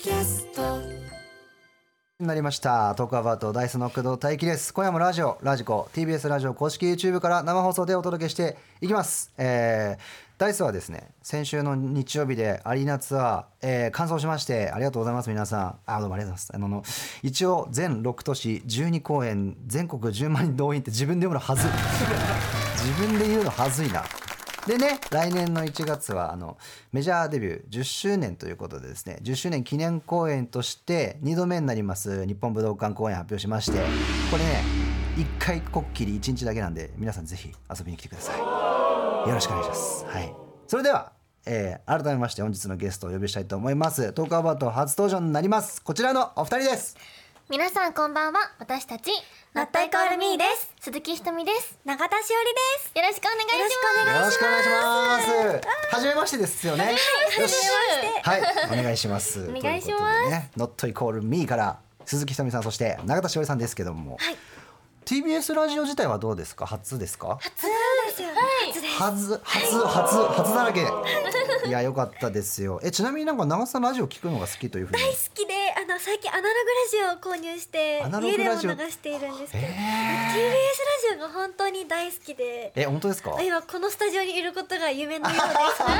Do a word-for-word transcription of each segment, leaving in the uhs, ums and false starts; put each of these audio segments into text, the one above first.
キャストになりました。トークアバウトダイスの工藤大輝です。今夜もラジオラジコ ティービーエス ラジオ公式 YouTube から生放送でお届けしていきます。えー、ダイスはですね、先週の日曜日でアリーナツアー、えー、完走しましてありがとうございます。皆さんあどうもありがとうございます。あの一応全ろく都市じゅうに公演全国じゅうまん人動員って自分で言うのはずい自分で言うのはずいな。でね、来年のいちがつはあのメジャーデビューじゅっしゅうねんということでですね、じゅっしゅうねん記念公演としてにどめになります日本武道館公演発表しまして、これねいっかいこっきりいちにちだけなんで皆さんぜひ遊びに来てください。よろしくお願いします。はい、それでは、えー、改めまして本日のゲストをお呼びしたいと思います。トークアバウト初登場になりますこちらのお二人です。 皆さんこんばんは。私たちノットイコールミーです。 鈴木ひとみです。 永田しおりです。 よろしくお願いします。 よろしくお願いします。はじめましてですよね。よし、はい、お願いします。 お願いします。 ということでね、ノットイコールミーから鈴木ひとみさん、そして永田しおりさんですけども、 はい、 ティービーエス ラジオ自体はどうですか？初ですか？ 初ですよね。初です。 初初初初だらけ。いや良かったですよ。えちなみになんか長さんラジオ聞くのが好きというふうに。 大好きで、あの最近アナログラジオを購入してアナロ家でもグラジオ流しているんですけど、 えーティービーエス ラジオが本当に大好きで、 え本当ですか？ 今このスタジオにいることが夢のようです。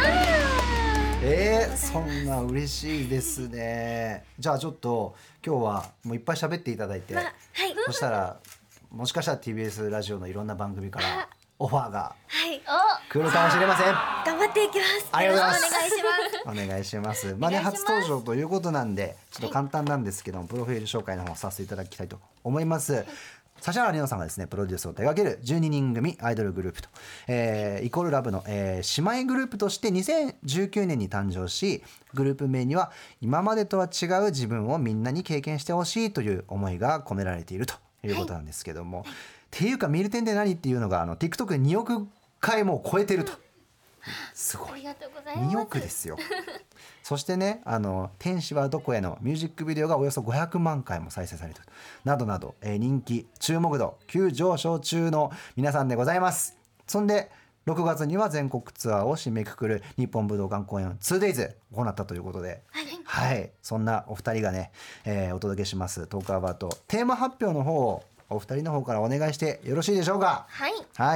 えー、そんな嬉しいですね。じゃあちょっと今日はもういっぱい喋っていただいて、 まあ、はい、 そしたらもしかしたら ティービーエス ラジオのいろんな番組からオファーがはい、 来るかもしれません。 頑張っていきます。 ありがとうございます。 よろしくお願いします。 お願いします。まあね、初登場ということなんでちょっと簡単なんですけども、プロフィール紹介の方をさせていただきたいと思います。指原莉乃さんがですねプロデュースを手掛けるじゅうににん組アイドルグループと、えー、イコールラブの、えー、姉妹グループとしてにせんじゅうきゅうねんに誕生し、グループ名には今までとは違う自分をみんなに経験してほしいという思いが込められているということなんですけども、はい、っていうか見る点で何っていうのがあの TikTok でにおくかいも超えてると、すごい、 ありがとうございます。 におくですよ。そしてね、あの天使はどこへのミュージックビデオがおよそごひゃくまんかいも再生されているなどなど、えー、人気注目度急上昇中の皆さんでございます。そんでろくがつには全国ツアーを締めくくる日本武道館公演 ツーデイズ 行ったということで、はい、はい、そんなお二人がね、えー、お届けしますトークアバウトテーマ発表の方をお二人の方からお願いしてよろしいでしょうか？ はい、 はい、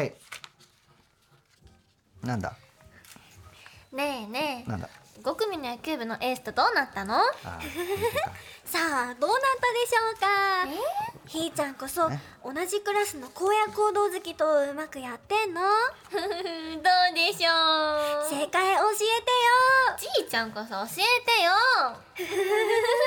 なんだねえねえ、 なんだごくみの野球部のエースとどうなったの？ あさあどうなったでしょうか。ひーちゃんこそ同じクラスの荒野行動好きとうまくやってんの？ どうでしょう。 正解教えてよ。 ちーちゃんこそ教えてよ教えてよ。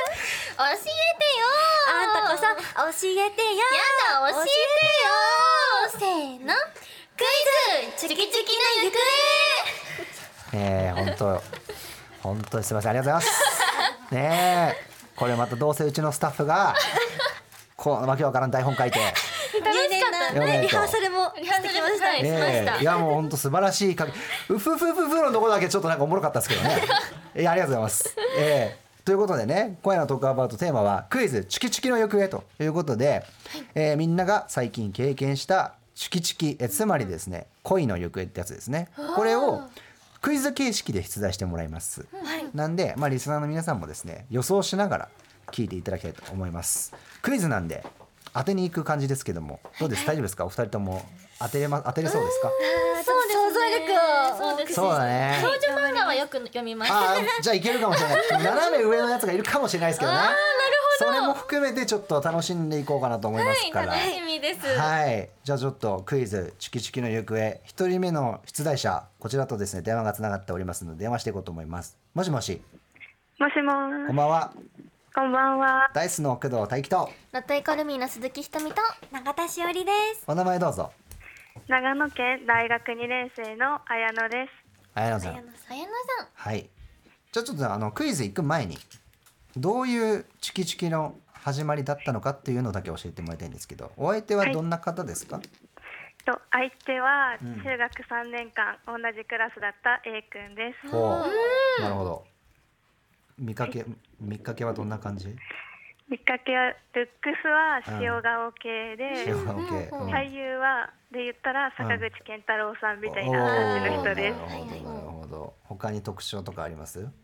あんたこそ教えてよ。 やだ教えてよ。せーの、クイズチュキチュキの行方。 えー、本当本当にすみません、ありがとうございますねえ、これまたどうせうちのスタッフがこうわけわからん台本書いて入念な、ね、リハーサルもしてきました。 はいしました。 えー、いやもう本当素晴らしいかけうふふふふのところだけちょっとなんかおもろかったですけどねいやありがとうございます、えー、ということでね、今夜のトークアバウトテーマはクイズチュキチュキの行方ということで、はい、えー、みんなが最近経験したチュキチュキ、えつまりですね恋の行方ってやつですね。これをクイズ形式で出題してもらいます、はい、なんで、まあ、リスナーの皆さんもですね予想しながら聞いていただきたいと思います。クイズなんで当てに行く感じですけども、どうです、はい、大丈夫ですか？お二人とも当てれ、ま、当てれそうですか？ そうですね、想像力を。 そうですね、 そうだね。 少女漫画はよく読みました。 あじゃあいけるかもしれない斜め上のやつがいるかもしれないですけどね。 あー、なるほど。 それも含めてちょっと楽しんでいこうかなと思いますから、 はい、楽しみです。 はい、じゃあちょっとクイズチュキチュキの行方、一人目の出題者こちらとですね電話がつながっておりますので電話していこうと思います。もしもし。 もしもーこんばんは。 こんばんは。 ダイスの工藤大輝とノットイコールミーの鈴木ひとみと永田しおりです。 お名前どうぞ。 長野県大学にねん生の綾乃です。 綾乃さん。 綾乃さん。 はい。じゃあちょっとあのクイズ行く前にどういうチュキチュキの始まりだったのかっていうのだけ教えてもらいたいんですけど、お相手はどんな方ですか？ はい、と相手は中学さんねんかん、うん、同じクラスだった A 君です。 ほう、なるほど。見かけ、はい、見かけはどんな感じ？ 見かけはルックスは塩顔系で、 塩顔系、うん、 俳優はで言ったら坂口健太郎さんみたいな感じの人です。 なるほどなるほど。他に特徴とかあります？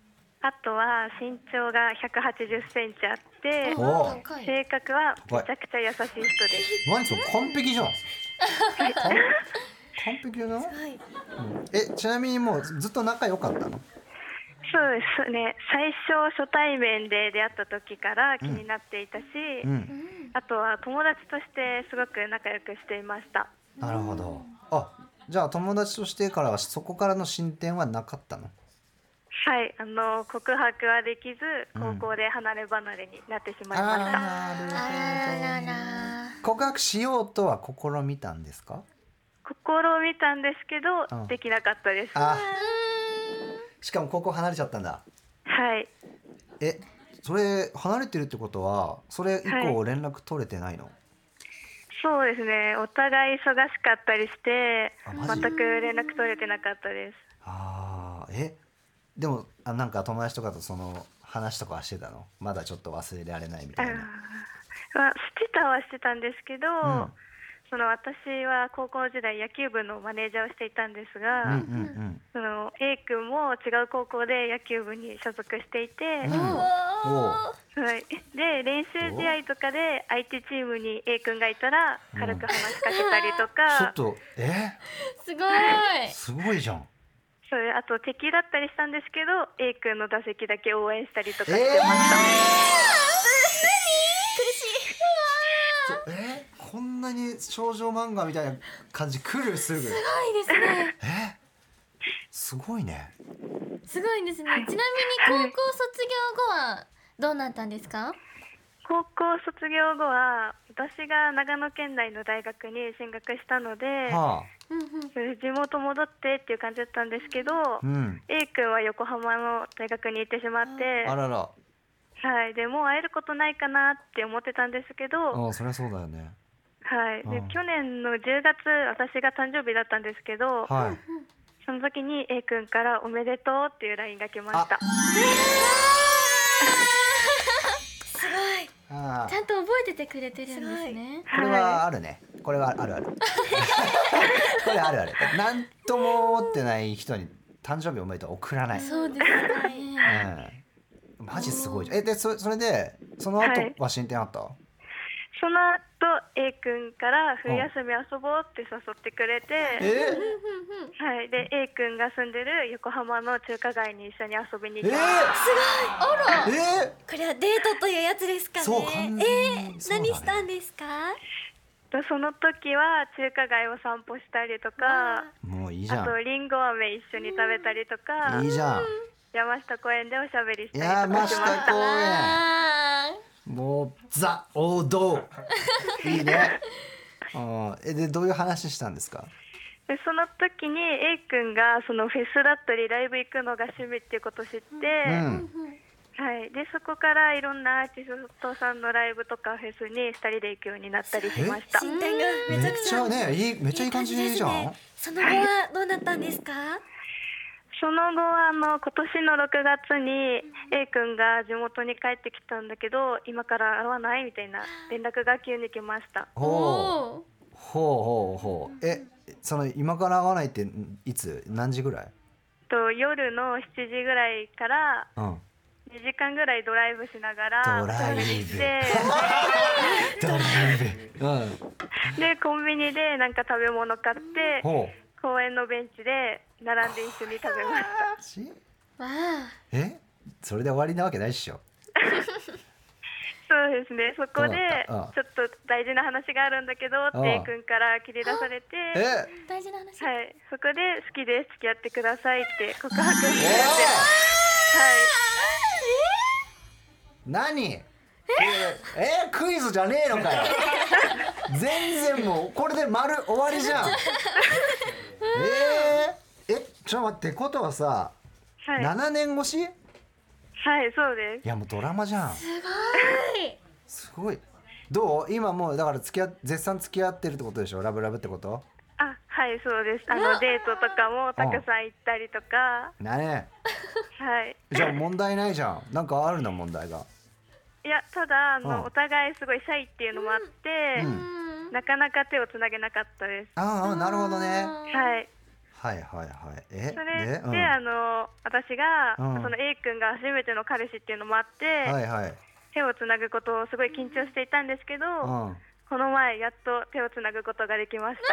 あとは身長がひゃくはちじゅっセンチあっておお、 性格はめちゃくちゃ優しい人です。 何それ完璧じゃん。完完璧だな。うんえ、ちなみにもうずっと仲良かったの？ そうですね、最初初対面で出会った時から気になっていたし、 うん、 あとは友達としてすごく仲良くしていました。 なるほど。あ、じゃあ友達としてからはそこからの進展はなかったの？ はい、あの告白はできず高校で離れ離れになってしまいました。 なるほど。 あらら。 告白しようとは試みたんですか？ 試みたんですけど、 うんできなかったです。 あ、しかも高校離れちゃったんだ。 はい、 え、それ離れてるってことはそれ以降連絡取れてないの？ そうですね、お互い忙しかったりしてあマジ全く連絡取れてなかったです。 ああ、え、でもあなんか友達とかとその話とかはしてたの？まだちょっと忘れられないみたいな。 あーまあ、してたはしてたんですけど、 んその私は高校時代野球部のマネージャーをしていたんですが、 うんうんその A 君も違う高校で野球部に所属していて、 うん。うん。おうはい、で練習試合とかで相手チームに A 君がいたら軽く話しかけたりとちょかっ、とえすごい。 すごいじゃん。 それあと敵だったりしたんですけど A 君の打席だけ応援したりとかえしてました。 ー、えこんなに少女漫画みたいな感じ来るすぐ。 すごいですね。 えすごいね。 すごいですね。ちなみに高校卒業後はどうなったんですか？ 高校卒業後は私が長野県内の大学に進学したので、 はあ。 うんうん。 それ地元戻ってっていう感じだったんですけど、 うん。 A 君は横浜の大学に行ってしまってあらら。 はい、でもう会えることないかなって思ってたんですけど、 ああ、そりゃそうだよね。 はい、でうん去年のじゅうがつ私が誕生日だったんですけど、 はい。 その時に A 君からおめでとうっていう ライン が来ました。 すごい。 ああちゃんと覚えててくれてるんですね。 これはあるね。これはあるある。これあるある。なんとも思ってない人に誕生日おめでとう送らない。 そうですね。 うん。マジすごいじゃん。えでそそれでその後は進展あった？ その後 A 君から冬休み遊ぼうって誘ってくれて、 えはい、で A 君が住んでる横浜の中華街に一緒に遊びに行えー、 きました。 えこれはデートというやつですかね。 そう完全にえー、 そうだね何したんですか？ とその時は中華街を散歩したりとか、 ー、もういいじゃん。 あとりんご飴一緒に食べたりとか、 いいじゃん。 山下公園でおしゃべりしたりとか山しました。 下公園。 あもうザ王道。いいね。あえでどういう話したんですか？ でその時に A 君がそのフェスだったりライブ行くのが趣味っていうことを知って、 うん。 はい、でそこからいろんなアーティストさんのライブとかフェスにふたりで行くようになったりしました。 進展がめめっちゃくちゃちゃねいいめっちゃいい感じじゃん。 いい感じですね。その後はどうなったんですか？ その後はあの今年のろくがつに A 君が地元に帰ってきたんだけど今から会わないみたいな連絡が急に来ました。 ー。 ほうおー。 ほうほうほう。えその今から会わないっていつ何時ぐらい？ と夜のしちじぐらいからうん。 にじかんぐらいドライブしながらドライブお食事してドライブ。うん。 でコンビニでなんか食べ物買ってほ公園のベンチで並んで一緒に食べました。 う。しわあ。 えそれで終わりなわけないっしょ。 そうですね、そこでどうだったうんちょっと大事な話があるんだけどってうん A 君から切り出されて、 え大事な話。 はい、そこで好きです付き合ってくださいって告白をしておくれて、はい何？ええクイズじゃねえのかよ。全然もうこれで丸終わりじゃん。えー、えちょっと待ってことはさ、 はい、 ななねん越し？いはい、そうです。 やもうドラマじゃん。 すごい。 すごい。どう？今もうだから付き合絶賛付き合ってるってことでしょ？ラブラブってこと？ あ、はい、そうです。あのデートとかもたくさん行ったりとか、 なね。 はい。 じゃあ問題ないじゃん。なんかあるの問題が。 いや、ただあうんのお互いすごいシャイっていうのもあって、 うんなかなか手をつなげなかったです。 ああなるほどね。 はい。 はいはいはい。えそれで、 で、うん、 あの私が、 うんその A 君が初めての彼氏っていうのもあって、 はいはい。 手をつなぐことをすごい緊張していたんですけど、 うんこの前やっと手をつなぐことができました。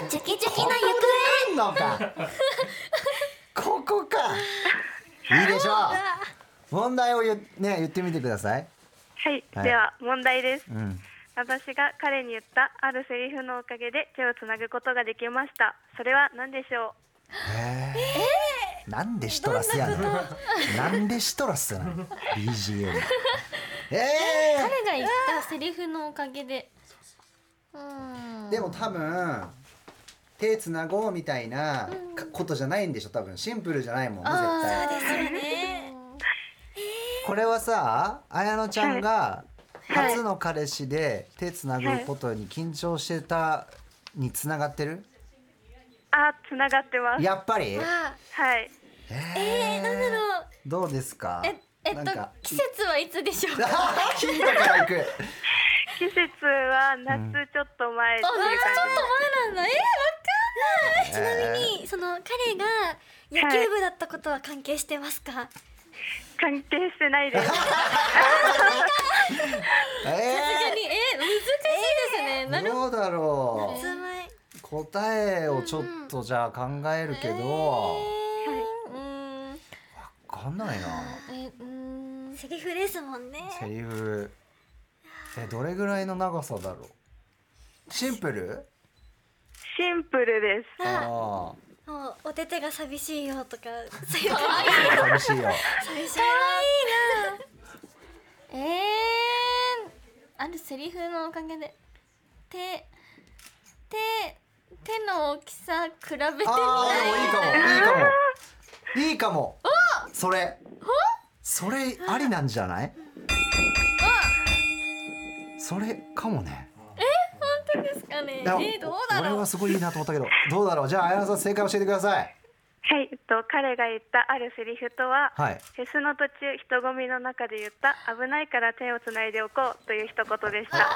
チュキチュキの行のかここかいいでしょう。問題を言,、ね、言ってみてください。 はい、 はいでは問題です。 うん私が彼に言ったあるセリフのおかげで手をつなぐことができました。それは何でしょへえなんでシトラスやねんなんでシトラスなの ビージーエム え彼が言ったセリフのおかげでうーんー、でも多分手つなごうみたいなかことじゃないんでしょ。多分シンプルじゃないもんね絶対。 ですよね。 これはさ綾乃ちゃんがはい初の彼氏で手つなぐことに緊張してたにつながってる。 う。あ、つながってます。 やっぱりあはい。 えー、なんだろうどうですか。 ええっとなんか季節はいつでしょうか。 ヒントからいく季節は夏ちょっと前っていう感じです。 前なんだ。えちなみにその彼が野球部だったことは関係してますか？ 関係してないです。 えー、さすがにえ難しいですね。なー、 るほどうだろう。 つまい。 答えをちょっとじゃあ考えるけど、 ど。うーんわかんないな。 えうーんセリフですもんね。 セリフえどれぐらいの長さだろう。シンプル。 シンプルです。 あもうお手手が寂しいよとかそういうあ寂しいよ。 寂しいえー、あるセリフのおかげで手手手の大きさ比べてない。 ああいいかもいいかもいいかも。それそれありなんじゃない。それかもね。 ですかね。 いやえー、どうだ俺ろう。 はすごいいいなと思ったけどどうだろう。じゃあ綾乃さん正解教えてください。 はい、えっと彼が言ったあるセリフとは、 はい。 フェスの途中人混みの中で言った危ないから手をつないでおこうという一言でした。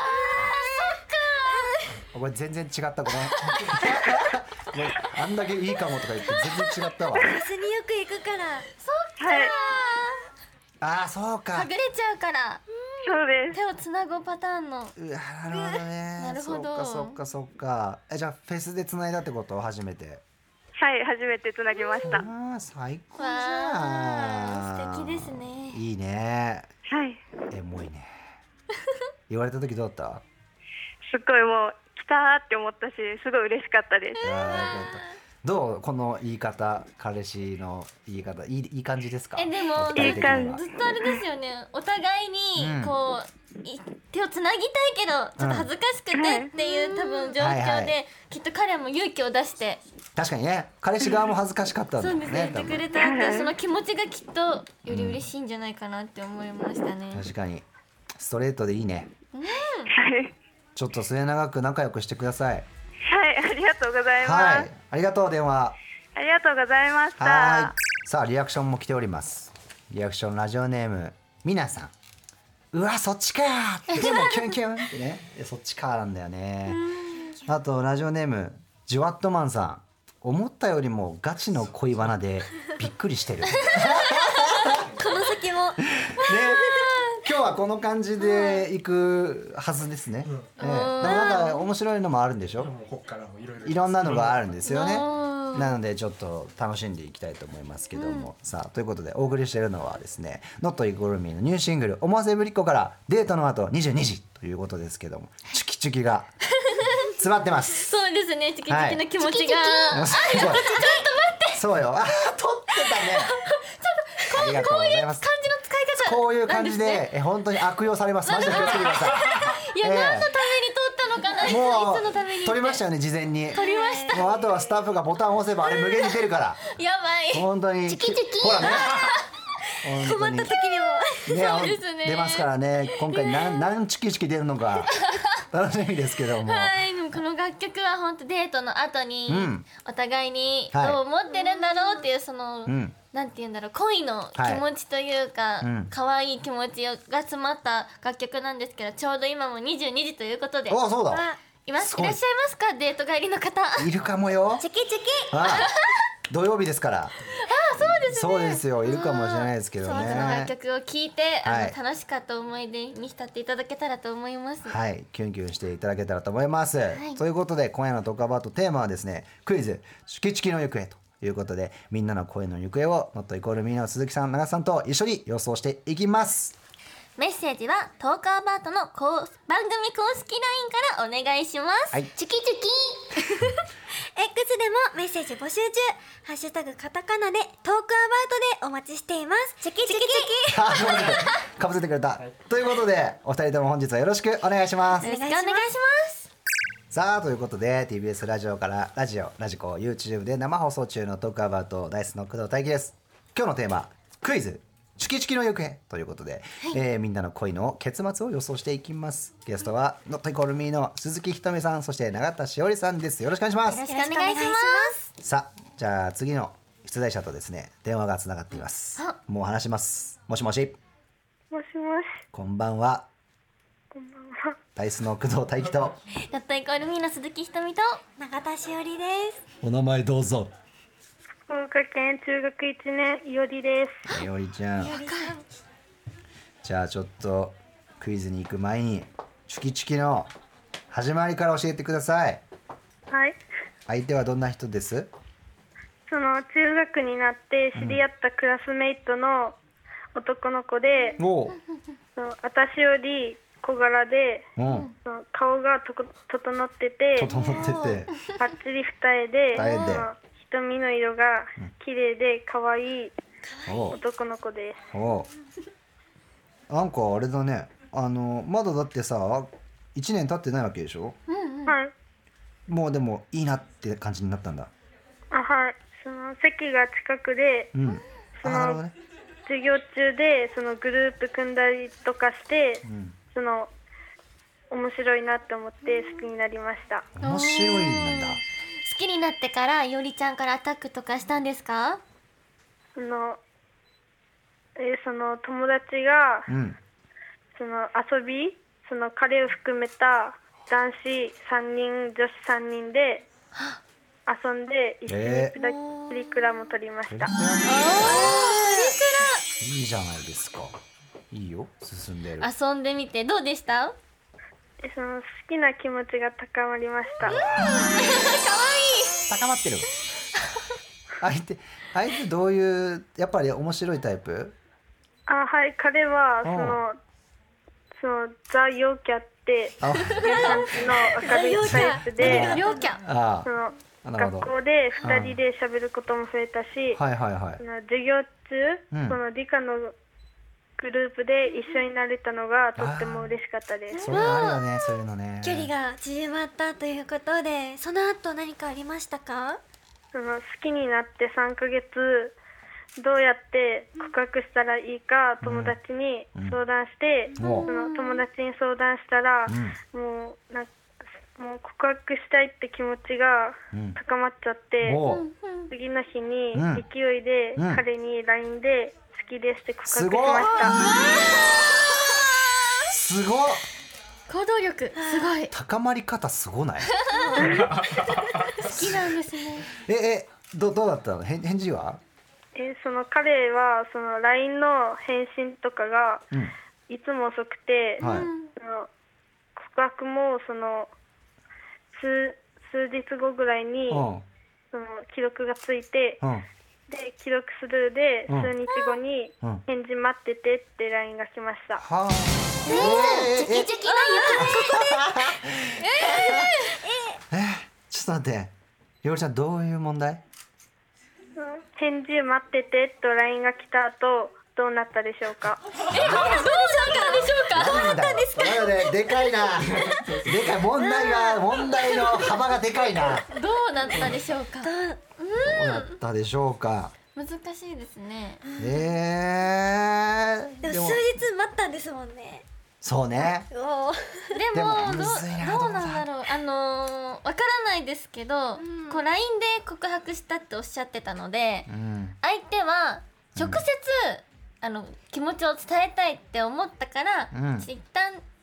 これ全然違ったごめんこれあんだけいいかもとか言って全然違ったわ。 フェスによく行くからはい、 ああそうかはぐれちゃうからそうです。 手をつなぐパターンの。 うわなるほどね。 なるほどそっかそっかそっか。えじゃあフェスで繋いだってこと初めて。 はい、初めてつなぎました。 ああ最高じわゃん。 ー素敵ですね。 いいね。 はい、 エモいね。言われた時どうだった。 すっごいもう来たーって思ったし、すごい嬉しかったです。 あーよかったどうこの言い方彼氏の言い方いいいい感じですか。 えでもお二人的にはいい感ずっとあれですよね。お互いうんにこう、い手をつなぎたいけどちょっと恥ずかしくてっていう多分状況で、 はいはいきっと彼も勇気を出して確かにね彼氏側も恥ずかしかったんだそうもんね。 ですね言ってくれたってその気持ちがきっとより嬉しいんじゃないかなって思いましたね。 確かにストレートでいいね。 はい、 ちょっと末永く仲良くしてください。 はい、ありがとうございます。 はいありがとう電話。 ありがとうございましはた。 いさあリアクションも来ております。リアクションラジオネームみなさん。うわそっちかーでもキュンキュンってねいやそっちかーなんだよね。あとラジオネームジュワットマンさん。思ったよりもガチの恋バナでびっくりしてるねこの先も今日はこの感じで行くはずですね、ええでもなんか面白いのもあるんでしょ。 もうここからもいろいろいろんなのがあるんですよね。 うんなのでちょっと楽しんでいきたいと思いますけども、さあということでお送りしているのはですね Not Equal Me のニューシングル「思わせぶりっ子」からデートの後にじゅうにじということですけどもチュキチュキが詰まってますそうですねチキチキの気持ちが、 もうすごいちょっと待ってそうよあ撮ってたねありがとうございます。 漢字の使い方こういう感じなんすねでえ本当に悪用されます。マジで気をつけてください。 いや、 ええ何のために撮ったのかな、 もいつのためにう撮りましたよね事前に。 撮りました。 もうあとはスタッフがボタンを押せばあれ無限に出るからやばい本当にほらね困った時にもそうですね出ますからね今回何何チキチキ出るのか楽しみですけども、 はい、でもこの楽曲は本当デートの後にうんお互いにはいどう思ってるんだろうっていうその、 うんなんて言うんだろう恋の気持ちというか、 うん可愛い気持ちが詰まった楽曲なんですけどちょうど今もにじゅうにじということでおそうだいいます。 すごいいらっしゃいますか、デート帰りの方。 いるかもよ。 チェキチェキ。 あ土曜日ですから。あ、 そうですね。 そうですよ。いるかもしれないですけどその楽ね。 曲を聴いて、あの、 はい楽しかった思い出に浸っていただけたらと思います。 はい、キュンキュンしていただけたらと思います。 いということで今夜のトークアバウトテーマはですね、クイズチキチキの行方ということで、みんなの声の行方をノットイコールミーの鈴木さん、長瀬さんと一緒に予想していきます。 メッセージはトークアバウトのこう番組公式 ライン からお願いします。 はい、 チキチキ X でもメッセージ募集中。ハッシュタグカタカナでトークアバウトでお待ちしています。チェキチェキ。 あかぶせてくれた、ということでお二人とも本日はよろしくお願いします。 よろしくお願いします。 さあということで ティービーエス ラジオからラジオラジコ YouTube で生放送中のトークアバウトダイスの工藤大輝です。今日のテーマクイズチキチキの行方ということで、えーみんなの恋の結末を予想していきます。ゲストはノットイコールミーの鈴木ひとみさん、そして永田しおりさんです。よろしくお願いします。 よろしくお願いします。 さあじゃあ次の出題者とですね電話がつながっています。 あもう話します。もしもし、 もしもし、 こんばんは。 こんばんは。 ダイスの工藤大輝とノットイコールミーの鈴木ひとみと。 永田しおりです。 お名前どうぞ。 福岡県中学いちねんいおりです。 いおりちゃん、じゃあちょっとクイズに行く前にチキチキの始まりから教えてください。 はい。 相手はどんな人です？ その中学になって知り合ったクラスメイトの男の子で、 おう、 その私より小柄で、 うん、 その顔がとこ整ってて、 整ってて、 バッチリ二重で、 二重でその瞳の色が綺麗で可愛いおう男の子です。 おう、なんかあれだね、あのまだだってさいちねん経ってないわけでしょ。 はい。 もうでもいいなって感じになったんだ。 あ、はい。その席が近くで、 うん、あ、 そのなるほどね。 授業中でそのグループ組んだりとかして、 んその面白いなって思って好きになりました。 面白いんだ。 好きになってからいおりちゃんからアタックとかしたんですか？ そのえーその友達がうん、 その遊び、その彼を含めた男子さんにん女子さんにんで遊んで一緒にえープラプリクラも撮りました。 いいじゃないですか。いいよ、進んでる。 遊んでみてどうでした？ でその好きな気持ちが高まりました。 高まってる。相手相手どういうやっぱり面白いタイプ？ あ、はい。彼はそうんのそのザ・陽キャってあいう感じの明るいタイプで、 両キャ。 あそのあ、なるほど。 学校でふたりで喋ることも増えたし、 はいはいはいそ。の授業中、 うんその理科のグループで一緒になれたのがとっても嬉しかったです。 それあるよね、そういうのね。 距離が縮まったということで、その後何かありましたか？ その好きになってさんかげつどうやって告白したらいいか友達に相談して、 うんおうその友達に相談したら、もうなんもう告白したいって気持ちがうん高まっちゃって、 おう、 次の日にうん勢いでうん彼に ライン で好きですって告白しすごいました。 すごい。 行動力すごい。 高まり方すごない？ 好きなんですね。 ええどどうだったの？返返事は？ えその彼はその ライン の返信とかがうん、 いつも遅くて、 はい。 その告白もその数数日後ぐらいにうんその記録がついて、 うんで既読スルーでうん数日後にうん。 返事待っててって ライン が来ました。 はあ。えー、えチキチキなえちょっと待って。りょうりちゃんどういう問題？ 返事待っててと ライン が来た後どうなったでしょうか？ なんだですか？ででかいな。でかい問題が問題の幅がでかいな。 どうなったでしょうか？ どうなったでしょうか。 難しいですね。 えー、 でも数日待ったんですもんね。 そうね。 おーでもでもむどずいなうどうなんだろう。あのー、わからないですけど、こう ライン で告白したっておっしゃってたので、 うん。 相手は直接、あの気持ちを伝えたいって思ったから、 うん一旦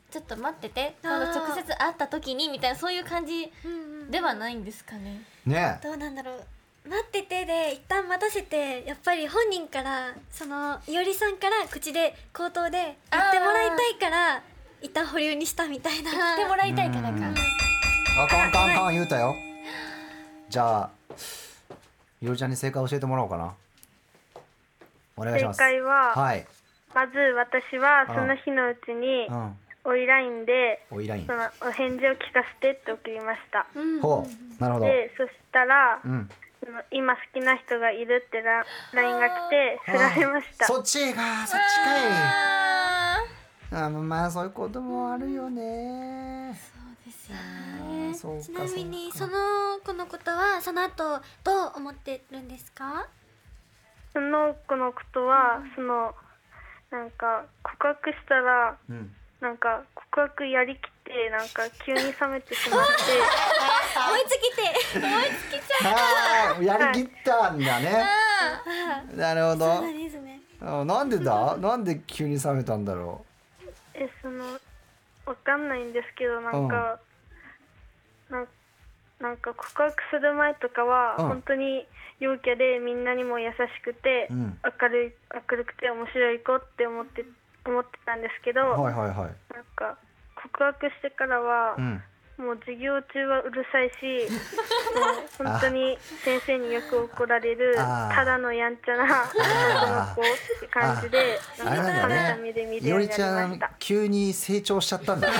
ちょっと待ってて今度直接会った時にみたいなそういう感じうんうんではないんですかね。 ねどうなんだろう。待っててで一旦待たせてやっぱり本人からそのいおりさんから口で口頭で言ってもらいたいから一旦保留にしたみたいな。 言ってもらいたいからか。 うんあカンカンカン言うたよ。じゃあいおりちゃんに正解教えてもらおうかな。お願いし正ます。 解は、 はい。 まず私はその日のうちにうん。 おいラインでおいラインそ。のお返事を聞かせてって送りました。 ほう。なるほど。 でそしたら、 うん。 その今好きな人がいるってララインが来て振られました。 そっちがそっちかい。 ああまあそういうこともあるよね。 ーそうですよあね。 ーそうかちなみにそかそうの子のことはその後どう思ってるんですか？ その子のことは、そのなんか告白したらうん。 なんか告白やりきってなんか急に冷めてしまって追いつきてああやりきったんだね。なるほど。 そうですね。 あなんでだ？なんで急に冷めたんだろえそのわかんないんですけどなんか、なんなんか告白する前とかは、 うん本当に陽キャでみんなにも優しくて、 うん明るい明るくて面白い子って思って思ってたんですけど、 う。はいはいはい。 なんか告白してからは、 うん。 もう授業中はうるさいしもう本当に先生によく怒られるあーただのやんちゃなその子って感じであれなん冷めだた目で見ね。いおりるようになちゃんりました。 急に成長しちゃったんだ。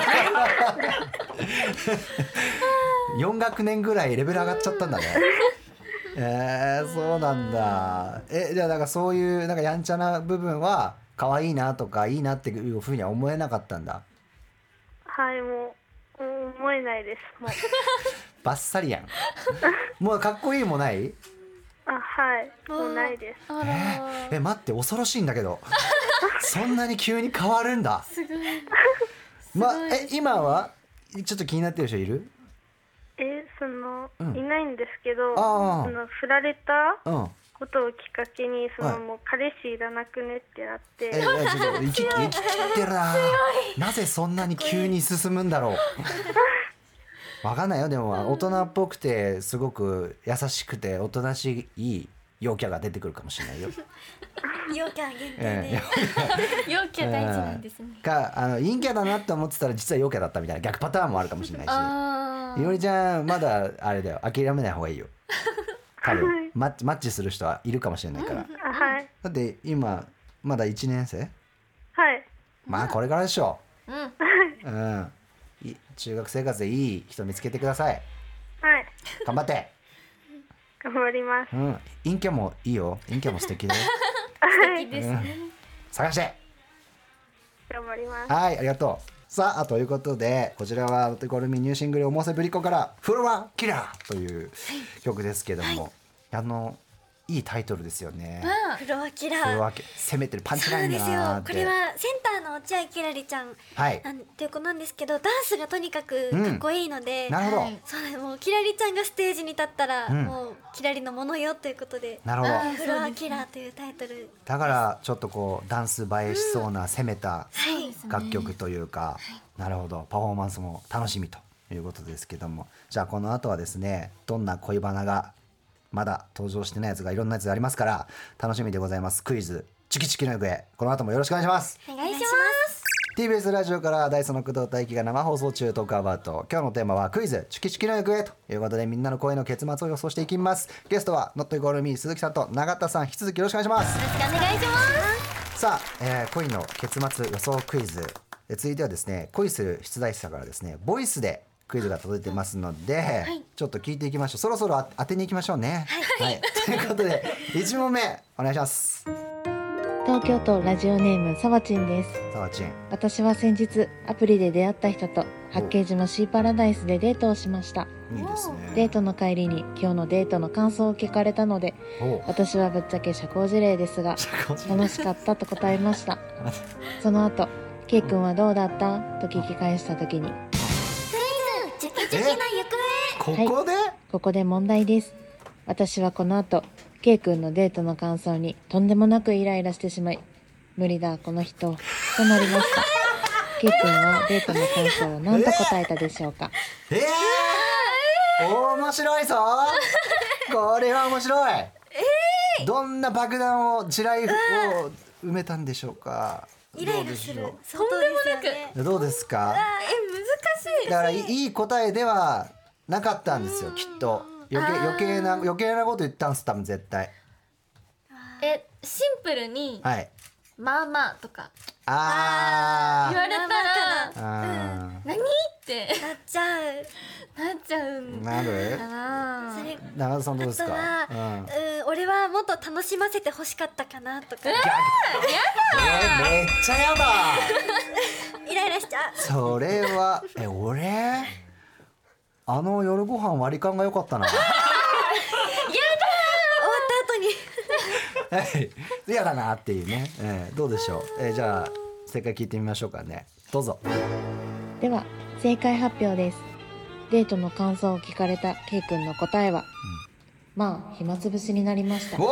よん学年ぐらいレベル上がっちゃったんだね。えー、そうなんだ。えじゃあなんかそういうなんかやんちゃな部分は可愛いなとかいいなっていうふうには思えなかったんだ。 はい、もう思えないですもうバッサリやん。もうかっこいいもない？ あはいもうないです。 あらえ待って恐ろしいんだけど。そんなに急に変わるんだ。 すごい。 ますごいえ今はちょっと気になってる人いる？ えその、 うんいないんですけどあーその振られたうん。 ことをきっかけにその、 はいもう彼氏いらなくねってなってえー、ちょっと生き生き切ってるな。なぜそんなに急に進むんだろう。わかんないよ。でも大人っぽくてすごく優しくておとなしい陽キャが出てくるかもしれないよ。 陽キャ限定えで。 陽キャ大事なんですね。 ーかあの陰キャだなって思ってたら実は陽キャだったみたいな逆パターンもあるかもしれないし。 あいおりちゃんまだあれだよ諦めない方がいいよ。多分マッチマッチする人はいるかもしれないから。 あはいだって今まだいちねん生？ はいまあこれからでしょうん。 う。うん。い中学生活でいい人見つけてください。 はい頑張って。 頑張りますうん。陰キャもいいよ。陰キャも素敵だよ。 素敵ですね。 探して。 頑張ります。 はい、ありがとう。さあということでこちらはロッテコルミニューシングル「おもせぶりっ子」から「フロアキラー」という曲ですけども、あのいいタイトルですよね。 フロアキラー。 フロアキ攻めてるパンチラインそうですだなーって。 よ。これはセンターの落合きらりちゃんはい。 なんていう子なんですけど、ダンスがとにかくかっこいいので、 なるほど。 はいそうですもうきらりちゃんがステージに立ったら、 うんもうきらりのものよということで、 なるほど。 あーフロアキラーというタイトル。 だからちょっとこうダンス映えしそうな攻めたはい。 楽曲というか、なるほどパフォーマンスも楽しみということですけども、じゃあこの後はですねどんな恋バナがまだ登場してないやつがいろんなやつがありますから楽しみでございます。クイズチキチキの行方この後もよろしくお願いします。 お願いします。 ティービーエス ラジオからダイソーの工藤大輝が生放送中トークアバウト、今日のテーマはクイズチキチキの行方ということでみんなの声の結末を予想していきます。ゲストはノットイコールミー鈴木さんと永田さん、引き続きよろしくお願いします。 よろしくお願いします。 さあ、えー恋の結末予想クイズで続いてはですね恋する出題者からですねボイスでクイズが届いてますので、ちょっと聞いていきましょう。そろそろあ当てに行きましょうね。はい、ということでいち問目お願いします。 東京都ラジオネームさわちんです。 さわちん、 私は先日アプリで出会った人と八景島シーパラダイスでデートをしました。 いいですね。 デートの帰りに今日のデートの感想を聞かれたので、 お私はぶっちゃけ社交辞令ですが楽しかったと答えました。その後、ケイ君はどうだったと聞き返した時に、 チキチキの行ここで、 ここで問題です。私はこの後ケイ君のデートの感想にとんでもなくイライラしてしまい、無理だこの人となりました。 ケイ君はデートの感想を何と答えたでしょうか。 えー、面白いぞこれは面白い、えー、どんな爆弾を地雷を埋めたんでしょうか。 イライラする。 どうでし相当ですよね。 どうですか。 え難しい。 だからいい答えではなかったんですよきっと。余計余計な余計なこと言ったんです多分絶対。 えシンプルに、 はい。 まあまあとかあ言われたらあ何ってなっちゃう。 なっちゃうんーなる。 かな。 それ長田さんどうですか。 あとは、 うんうん、俺はもっと楽しませて欲しかったかなとか、 えめっちゃやだイライラしちゃう。 それはえ俺あの夜ご飯割り勘が良かったな終わった後にはい嫌だなっていうね、えー、どうでしょう、えー、じゃあ正解聞いてみましょうかね。どうぞ。 では正解発表です。デートの感想を聞かれたケイ君の答えは、うん、まあ暇つぶしになりましたでした。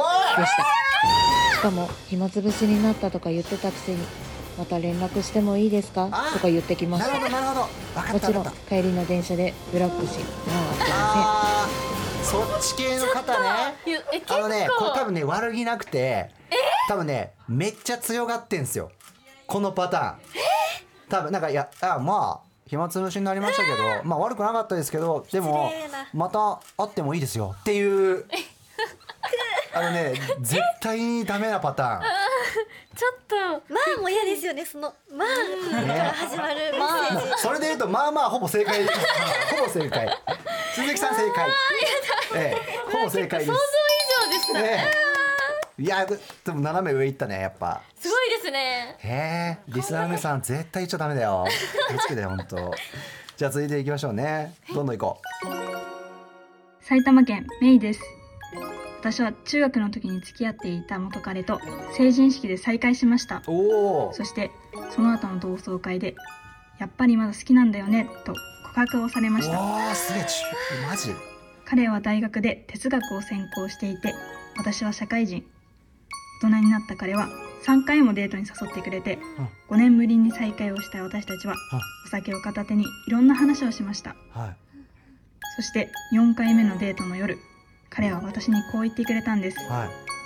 しかも暇つぶしになったとか言ってたくせに、また連絡してもいいですかとか言ってきました。 なるほどなるほど分かった。 もちろん帰りの電車でブロックし、もう会ってません。そっち系の方ね。あのねこれ多分ね悪気なくて、多分ねめっちゃ強がってんすよこのパターン。多分なんかいやあまあ暇つぶしになりましたけど、まあ悪くなかったですけど、でもまた会ってもいいですよっていうあのね絶対にダメなパターン。 ちょっとまあもう嫌ですよね。そのまあから始まるメッセージ。 それで言うとまあまあほぼ正解ほぼ正解。鈴木さん正解。ええ、ほぼ正解です。 想像以上でした、 ええ、いやでも斜め上行ったねやっぱ。 すごいですね。 へえ、リスナーの皆さん絶対言っちゃダメだよ。気をつけて本当。じゃあ続いていきましょうね。どんどん行こう。埼玉県メイです。私は中学の時に付き合っていた元彼と成人式で再会しました。 おそしてその後の同窓会でやっぱりまだ好きなんだよねと告白をされました。 おーすげえマジ。 彼は大学で哲学を専攻していて、私は社会人。大人になった彼はさんかいもデートに誘ってくれて、うん、ごねんぶりに再会をした私たちは、うん、お酒を片手にいろんな話をしました、はい、そしてよんかいめのデートの夜、彼は私にこう言ってくれたんです、はい、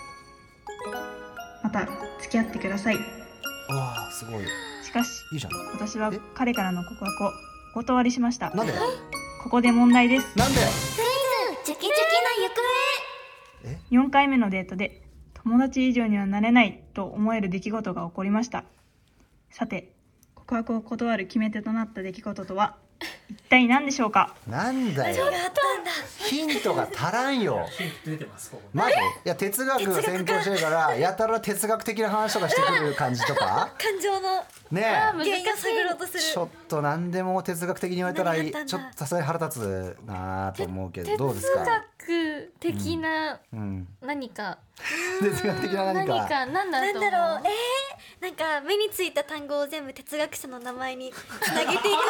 また付き合ってください。 あーすごい。 しかしいいじゃん。 私は彼からの告白をお断りしました。 なんで？ ここで問題です。 なんで？ クイズチュキチュキの行方。 えよんかいめのデートで友達以上にはなれないと思える出来事が起こりました。さて告白を断る決め手となった出来事とは一体何でしょうか。 なんだよ。ヒントが足らんよ。 ヒント出てます。 マジ？いや哲学が専攻してるからやたら哲学的な話とかしてくる感じとか。 感情のねえ。 原因を探ろうとする。 ちょっと何でも哲学的に言われたらちょっとさすがに腹立つなと思うけどどうですか。 哲学的な何か。 哲学的な何か。 何か何だと思う。 なんだろう。えー、なんか目についた単語を全部哲学者の名前につなげていくみたいな。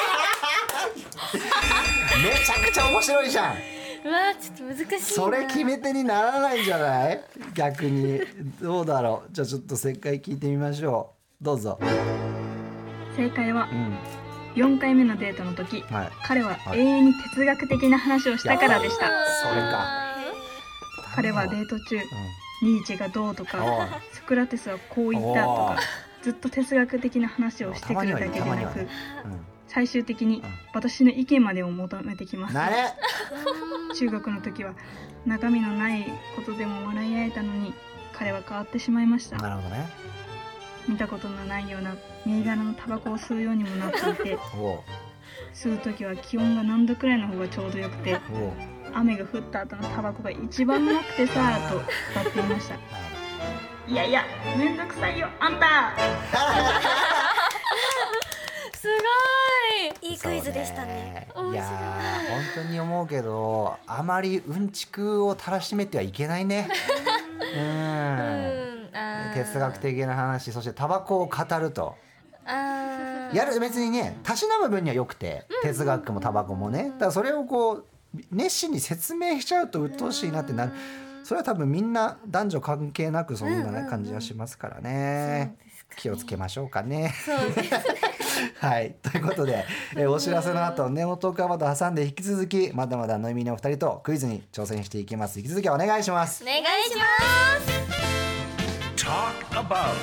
めちゃくちゃ面白いじゃん。 うわちょっと難しいな。 それ決め手にならないんじゃない？逆にどうだろう。じゃあちょっと正解聞いてみましょう。どうぞ。 正解は、 うん、 よんかいめのデートの時、はい、彼は永遠に哲学的な話をしたからでした。 それか。 彼はデート中、うん、ニーチェがどうとかソクラテスはこう言ったとかずっと哲学的な話をしてくるだけでなく、最終的に私の意見までを求めてきます。中学の時は中身のないことでも笑い合えたのに彼は変わってしまいました。 なるほどね。 見たことのないような銘柄のタバコを吸うようにもなっていて吸う時は気温が何度くらいの方がちょうどよくて雨が降った後のタバコが一番うまくてさーと歌っていました。いやいやめんどくさいよあんたすごいいいクイズでしたね。 いや本当に思うけどあまりうんちくをたらしめてはいけないね。うん哲学的な話、そしてタバコを語るとあやる別にねたしなむ分にはよくて、うん、哲学もタバコもね、だからそれをこう熱心に説明しちゃうと鬱陶しいなってなる。 それは多分みんな男女関係なくそんな、ね感じはしますからね。気をつけましょうかね。 そうですねはいということで、えーお知らせの後ネオトークアバウト挟んで引き続きまだまだノイミーのお二人とクイズに挑戦していきます。引き続きお願いします。 お願いします。 Talk about.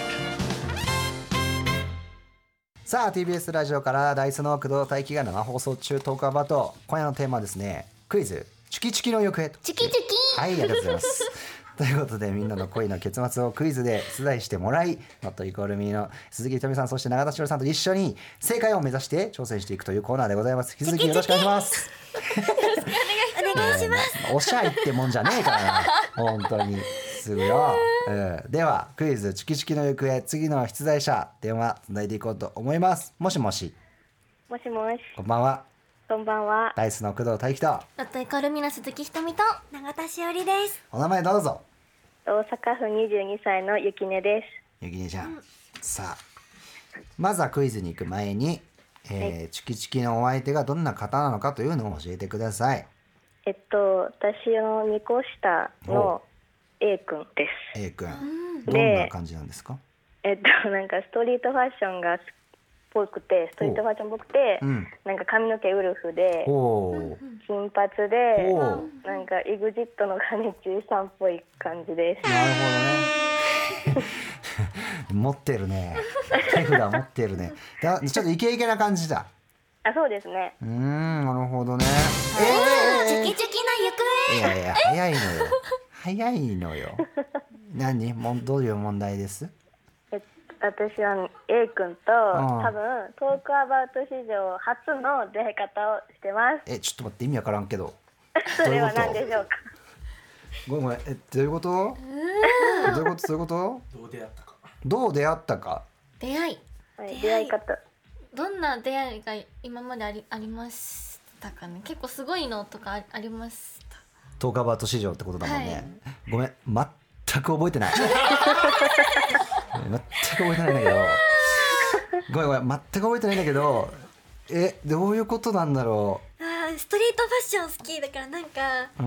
さあ ティービーエス ラジオからダイスの工藤大輝が生放送中トークアバウト、今夜のテーマはですね、クイズチュキチュキの行方。 チュキチュキ。 はいありがとうございますということでみんなの恋の結末をクイズで出題してもらい、ノットイコールミーの鈴木ひとみさんそして永田しおりさんと一緒に正解を目指して挑戦していくというコーナーでございます。引き続きよろしくお願いしますお願いします。 おしゃいってもんじゃねえからな本当にすぐよ、うん、ではクイズチュキチュキの行方、次の出題者電話つないでいこうと思います。もしもし。 もしもし、 こんばんは。 こんばんは。 ダイスの工藤大輝とロットイコールミの鈴木ひとみと永田しおりです。 お名前どうぞ。 大阪府にじゅうにさいのゆきねです。 ゆきねちゃん、うん、さあまずはクイズに行く前に、えーはい、チュキチュキのお相手がどんな方なのかというのを教えてください。 えっと私のにこ下の A 君です。 A 君、どんな感じなんですか？ えっとなんかストリートファッションがぽくてストリートファッションっぽくて、うん、なんか髪の毛ウルフで金髪でなんか イグジット の金中さんっぽい感じです。 なるほどね持ってるね手札持ってるねだちょっとイケイケな感じだ。 あ、そうですね。 うーんなるほどね。 えー、チュキチュキの行方。 いやいや早いのよ早いのよ何もどういう問題です？ 私は A 君と多分トークアバウト史上初の出会い方をしてます。 えちょっと待って意味わからんけどそれは何でしょうか？ ごめんごめん、えどういうこと？どういうことそういうこと？ どう出会ったか。 どう出会ったか。 出会い、 はい、出会い方。 どんな出会いが今までありありましたかね。結構すごいのとかありました？ トークアバウト史上ってことだもんね、はい、ごめん全く覚えてない全く覚えてないんだけどごめんごめん全く覚えてないんだけどえどういうことなんだろう。あストリートファッション好きだからなんか、うん、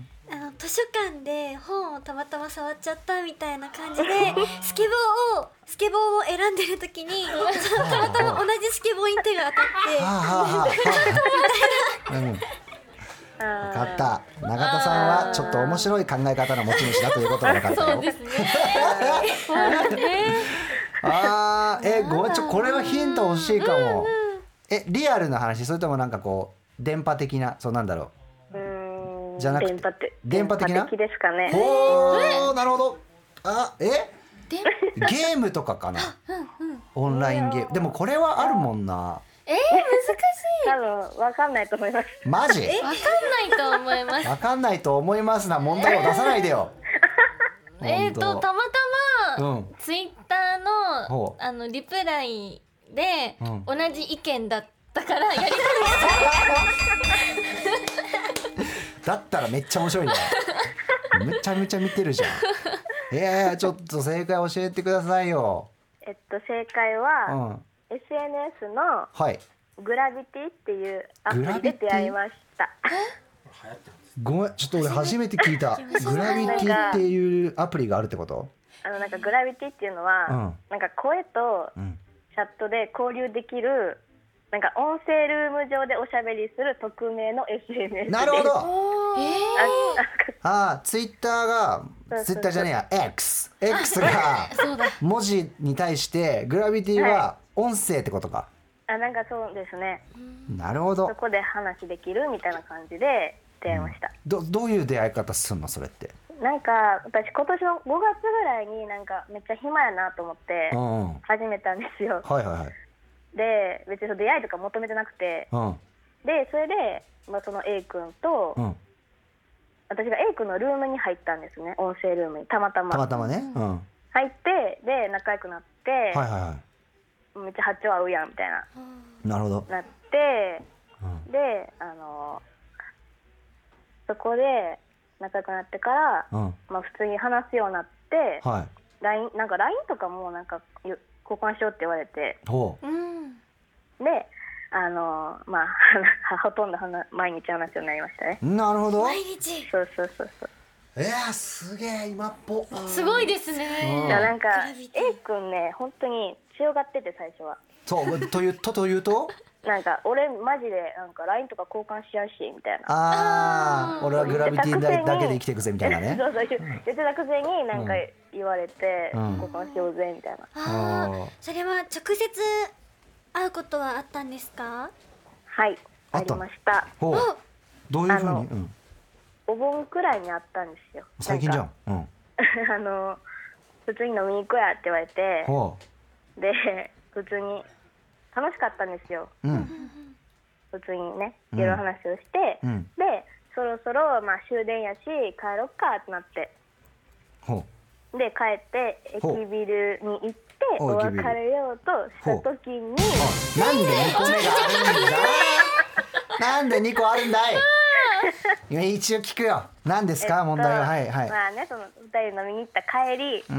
あの図書館で本をたまたま触っちゃったみたいな感じでスケボーをスケボーを選んでる時にたまたま同じスケボーに手が当たってうん分かった。永田さんはちょっと面白い考え方の持ち主だということが分かったよ。 そうですねあーえごめんちょこれはヒント欲しいかも。えリアルな話それともなんかこう電波的なそうなんだろう。うーんじゃなくて電波的電波的な的ですかね。 おーなるほど。あえゲームとかかなオンラインゲームでもこれはあるもんな。 えー、難しい。 多分わかんないと思います。 マジ？ わかんないと思います。 わかんないと思いますな問題を出さないでよ。 えっとたまたま、うん、ツイッターのあのリプライで、うん、同じ意見だったからやりたいだったらめっちゃ面白いね。めちゃめちゃ見てるじゃん。えー、ちょっと正解教えてくださいよ。 えっと正解は、うん、エスエヌエス のグラビティっていうアプリで出会いました。 ごめんちょっと俺初めて聞いた。グラビティっていうアプリがあるってこと？ あのなんかグラビティっていうのは、うん、なんか声とチャットで交流できるなんか音声ルーム上でおしゃべりする匿名の エスエヌエス です。 なるほど。ああツイッターがツイッターじゃねえや X X が文字に対してグラビティは音声ってことか。 あなんかそうですね。 なるほど。 そこで話できるみたいな感じで出会いました。 うん、どどういう出会い方するのそれって？ なんか私今年のごがつぐらいになんかめっちゃ暇やなと思って始めたんですよ。 うん、はいはいはい。 で別に出会いとか求めてなくて、うん、でそれで、まあ、その A 君と、うん、私が A 君のルームに入ったんですね。音声ルームにたまたまたまたまね、うん、 入ってで仲良くなって、はいはいはい、 めっちゃ波長合うやんみたいな、 なるほどなって、うん、であのそこで仲良くなってから、うんまあ、普通に話すようになって、はい、ライン なんか ライン とかもなんか交換しようって言われて、ほう、うん、であのまあほとんど毎日話すようになりましたね。 なるほど。 毎日。 そうそうそうそう。 えー、すげえ今っぽ。 すごいですね。 いやなんか A 君ね本当に強がってて最初は。 そうというとというと。 なんか俺マジでなんか ライン とか交換しやうしみたいな。 ああ、俺はグラビティだだけで生きていくぜみたいなね。 そうそう言ってたくせになんか言われて、 うん、 交換しようぜみたいな。 ああ、それは直接会うことはあったんですか？ はい、ありました。 ほう。どういう風に？ あの、うん、お盆くらいにあったんですよ。 最近じゃん。うん、 あの普通に飲みに行こうやって言われて、 ほうで普通に楽しかったんですよ。うん、普通にねいろいろ話をして、うん、でそろそろまあ終電やし帰ろっかってなって、 ほうで帰って駅ビルに行ってお別れようとした時に、 なんでにこめがあるんだなんでにこあるんだい今一応聞くよ。何ですか、えっと、問題は。はいはい。 まあね、そのふたり飲みに行った帰り、うん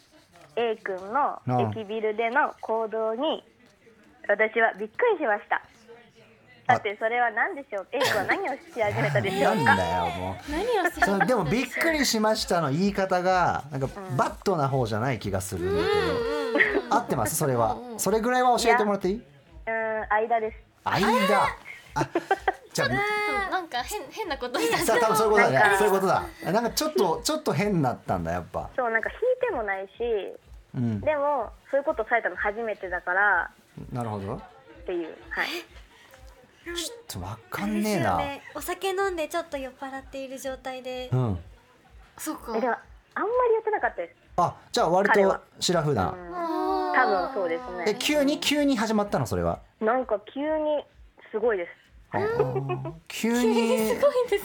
、A 君の駅ビルでの行動に私はびっくりしました。だってそれは何でしょう。 A 君は何をし始めたでしょうか。 なんだよもう何をするそれでもびっくりしましたの言い方がなんかバットな方じゃない気がするんだけど、合ってますそれは。それぐらいは教えてもらっていい？ うん、間です。 間。あ、じゃあなんか変変なことした。 さあ多分そういうことだね。そういうことだ。なんかちょっとちょっと変だったんだやっぱ。 そうなんか引いてもないし、うん、でもそういうことされたの初めてだから。 なるほど。 っていうはい。 ちょっとわかんねえな、ね、 お酒飲んでちょっと酔っ払っている状態で、 うん、 そうか。 えでもあんまりやってなかったです。 あ、じゃあ割とシラフな。 多分そうですね。 え急に急に始まったのそれは。 なんか急にすごいです。 急にすごいです。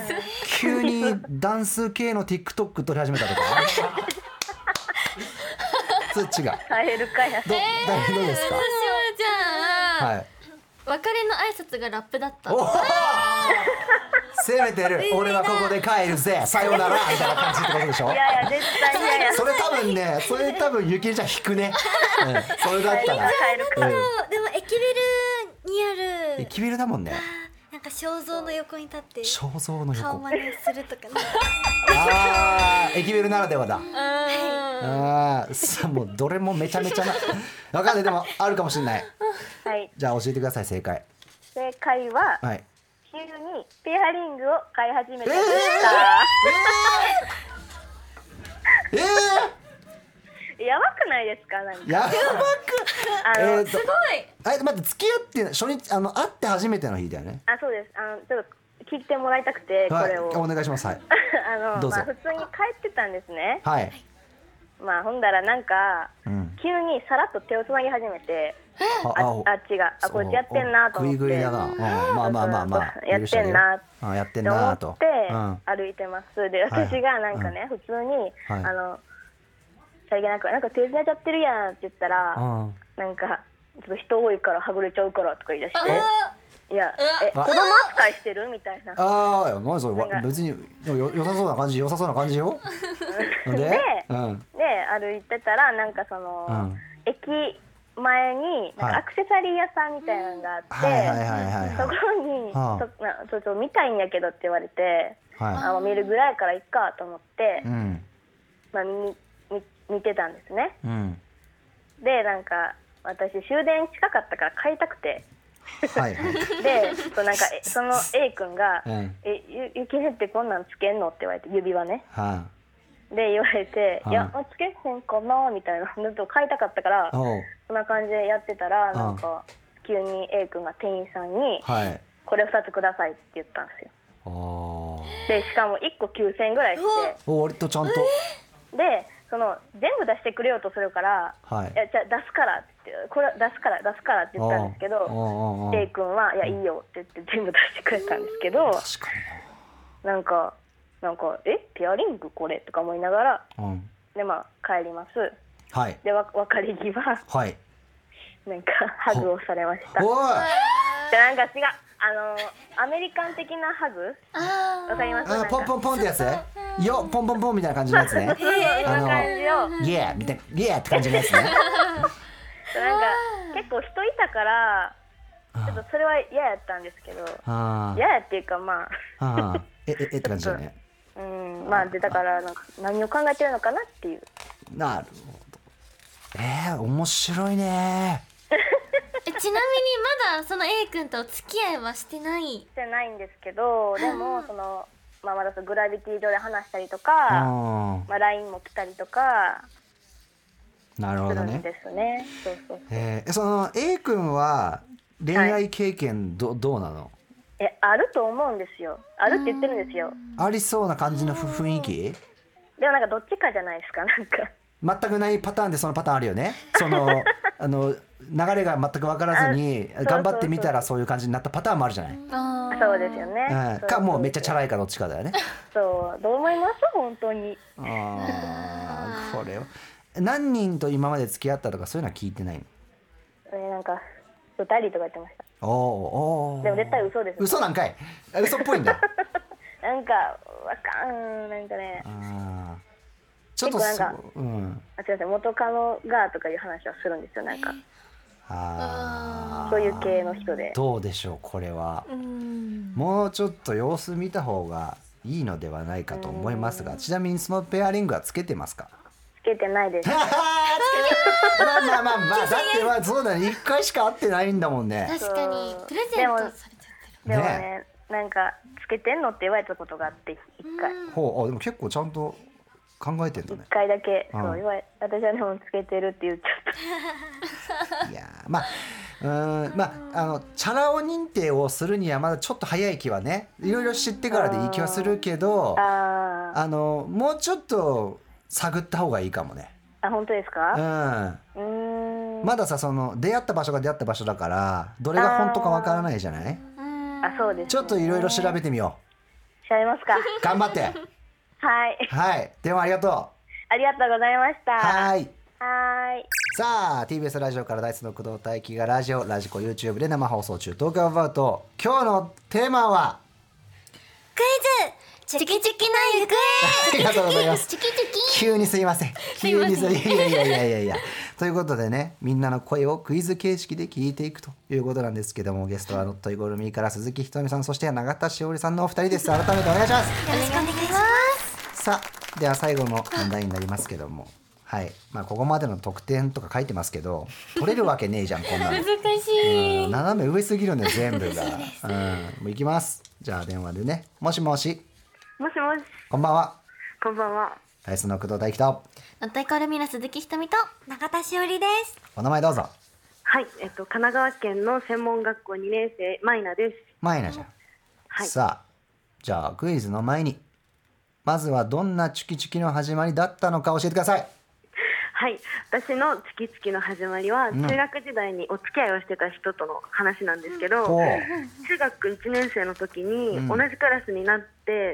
急にダンス系の TikTok 撮り始めたとか。そっちが。 耐えるかや。 ど、えー、どうですか。 私はじゃあ。はい。別れの挨拶がラップだった。 攻めてる。俺はここで帰るぜ。さようならみたいな感じってことでしょ。 いやいや絶対いやいや。 それ多分ね、それ多分ゆきりちゃん引くね。うん、それだったら。 うん、でも駅ビルにある。 駅ビルだもんね。 なんか肖像の横に立って肖像の横顔真似するとかね。 あー駅ビルならではだ。ああさもうどれもめちゃめちゃなわかんない。でもあるかもしれない。 はい。 じゃあ教えてください正解。 正解は、はい、急にペアリングを買い始めたでした。えー、えー、やばくないですか。なんかやばくあの、 えー、すごい。あ待って付き合って初日あの会って初めての日だよね。 あそうです。あのちょっと聞いてもらいたくて、はい、これをお願いします。はい。 あのまあ普通に帰ってたんですね。 はい。 まあほんだらなんか、うん、急にさらっと手をつなぎ始めて、あ, あっちがあこっちやってんなと思って、 グイグイだな、うん、まあまあまあまあやってんなあやってんなと思って歩いてます。で私がなんかね、うん、普通に、はい、あのさりげなくなんか手つないちゃってるやんって言ったら、うん、なんかちょっと人多いからはぐれちゃうからとか言い出して。いや、え、子供扱いしてるみたいな。 ああ、何それ、別によ良さそうな感じ、良さそうな感じよ。 で、で、うん、で歩いてたらなんかその、うん、駅前になんかアクセサリー屋さんみたいなのがあって、そこに、はあ、ちょっと見たいんやけどって言われて、はい、あ見るぐらいからいっかと思って、うん、まあ見見見てたんですね。うん、でなんか私終電近かったから買いたくて。はいはい、でそなんかその A 君が「うん、えゆゆきねってこんなんつけんの?」って言われて指輪ね、はあ、で言われて「はあ、いやつけへんかな」みたいなのと買いたかったからそんな感じでやってたらなんか急に A 君が店員さんに「これふたつください」って言ったんですよ。でしかもいっこきゅうせんえんぐらいしてお割とちゃんとでその全部出してくれようとするから「はい、いやじゃあ出すから」って「これ出すから出すから」って言ったんですけど A 君は「いやいいよ」って言って全部出してくれたんですけど確かになんかなんか「えペアリングこれ?」とか思いながら、うん、でまあ帰ります。はい、でわ別れ際、はい、なんかハグをされました。おいでなんか違うあのアメリカン的なハグわかります？ あポンポンポンってやつよポンポンポンみたいな感じのやつね。 あのイエーみたいなイエーって感じのやつね。なんか結構人いたからちょっとそれは嫌やったんですけど嫌やっていうかまああえええって感じだね。 うん、まあでだからなんか何を考えてるのかなっていう。 なるほど。えー、面白いね。 えちなみにまだその A 君とお付き合いはしてない？ してないんですけど、でもその、まあ、まだそのグラビティ上で話したりとか、まあ、ライン も来たりとかなるほどね。 するんですね。そうそうそう。 えー、その A 君は恋愛経験 ど,、はい、どうなの？ えあると思うんですよ。あるって言ってるんですよ。 ありそうな感じの雰囲気？ でもなんかどっちかじゃないですか。なんか全くないパターンでそのパターンあるよね。そのあの流れが全く分からずに頑張ってみたらそういう感じになったパターンもあるじゃない。 あそうですよね、 うん、かもうめっちゃチャラいかどっちかだよね。 そうどう思います本当に。 あこれは何人と今まで付き合ったとかそういうのは聞いてないの？ えなんかふたりとか言ってました。 おお。 でも絶対嘘です、ね。 嘘なんかい。嘘っぽいんだ。 なんかわかんなんかね。あちょっとなんか、 うん、 あ違う違う元カノがとかいう話はするんですよなんか。あそういう系の人で。 どうでしょうこれは。うんもうちょっと様子見た方がいいのではないかと思いますが、ちなみにそのペアリングはつけてますか？ つけてないです。 まあまあまあまあだってまあそうだねいっかいしか会ってないんだもんね。 確かにプレゼントされちゃってる。 でもねなんかつけてんのって言われたことがあっていっかい。 ほうあでも結構ちゃんと考えてんだね。 いっかいだけ、うん、そう言われ私はでもつけてるって言っちゃった。 いやまあうんまああのチャラ男認定をするにはまだちょっと早い気はねいろいろ知ってからでいい気はするけど、ああのもうちょっと探った方がいいかもね。 あ本当ですか？ うん。うんまださその出会った場所が出会った場所だからどれが本当かわからないじゃない？ あそうです、ね。 ちょっといろいろ調べてみよう。調べますか。 頑張って。 はい。 はい。電話ありがとう。 ありがとうございました。 はい。 はい。 さあ ティービーエス ラジオからダイスの工藤大輝がラジオラジコ YouTube で生放送中東京アバウト今日のテーマはクイズチキチキの行方。 ありがとうございます。 チキチキ急にすいません急にすいませんいやいやいやいやいやということでねみんなの声をクイズ形式で聞いていくということなんですけどもゲストはノットイゴルミーから鈴木ひとみさんそして永田しおりさんのお二人です。改めてお願いします。 よろしくお願いします。 さあでは最後の問題になりますけどもはいまあここまでの得点とか書いてますけど取れるわけねえじゃんこんなの難しい、 うん、斜め上すぎるね全部がうんもういきます。じゃあ電話でねもしもしもしもしこんばんは。 こんばんは。 ダイスの工藤大輝とノットイコールミーの鈴木ひとみと永田しおりです。 お名前どうぞ。 はい、えっと神奈川県の専門学校にねん生マイナです。 マイナちゃん、はい、さあじゃあクイズの前にまずはどんなチュキチュキの始まりだったのか教えてください。 はい、私のチキチキの始まりは、うん、中学時代にお付き合いをしてた人との話なんですけど、うん、中学いちねん生の時に同じクラスになって、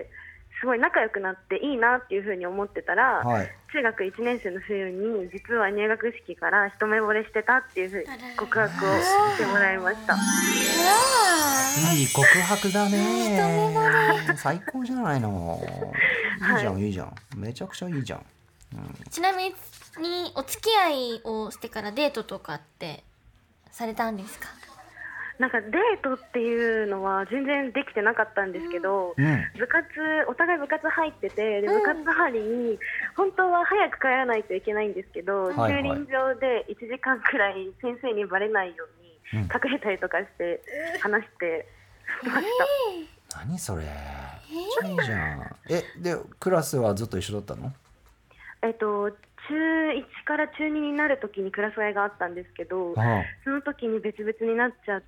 すごい仲良くなっていいなっていうふうに思ってたら、はい、中学いちねん生の冬に実は入学式から一目惚れしてたっていうふうに告白をしてもらいました。 いい告白だね。最高じゃないの。いいじゃん、はい、いいじゃん、めちゃくちゃいいじゃん、うん、 ちなみにお付き合いをしてからデートとかってされたんですか？ なんかデートっていうのは全然できてなかったんですけど、うん、部活お互い部活入っててで部活終わりに本当は早く帰らないといけないんですけど、うん、駐輪場でいちじかんくらい先生にバレないように隠れたりとかして話してました、 うん、何それ、えー、いいじゃん。えでクラスはずっと一緒だったの？ えっと中いちから中にになる時にクラス替えがあったんですけど、はあ、その時に別々になっちゃって、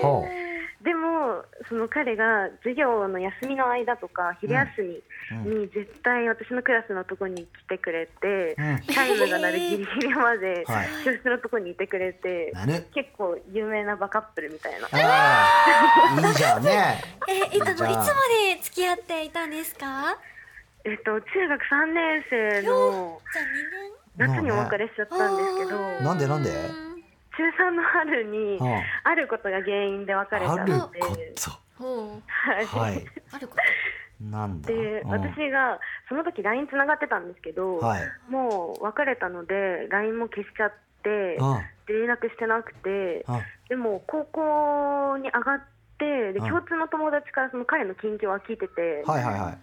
はあ、でもその彼が授業の休みの間とか昼休みに絶対私のクラスのとこに来てくれて、うん、チャイムが鳴るギリギリまで教室のとこにいてくれて、はい、結構有名なバカップルみたいな。 いいじゃんね。 えいあのいつまで付き合っていたんですか？ えっと、中学さんねん生の夏にお別れしちゃったんですけど、 なんでなんで中さんの春にあることが原因で別れちゃって、あることはい、あることなんだで、私がその時 ライン つながってたんですけど、はい、もう別れたので ライン も消しちゃってで連絡してなくて、でも高校に上がってで共通の友達からその彼の近況は聞いてて、はいはいはい、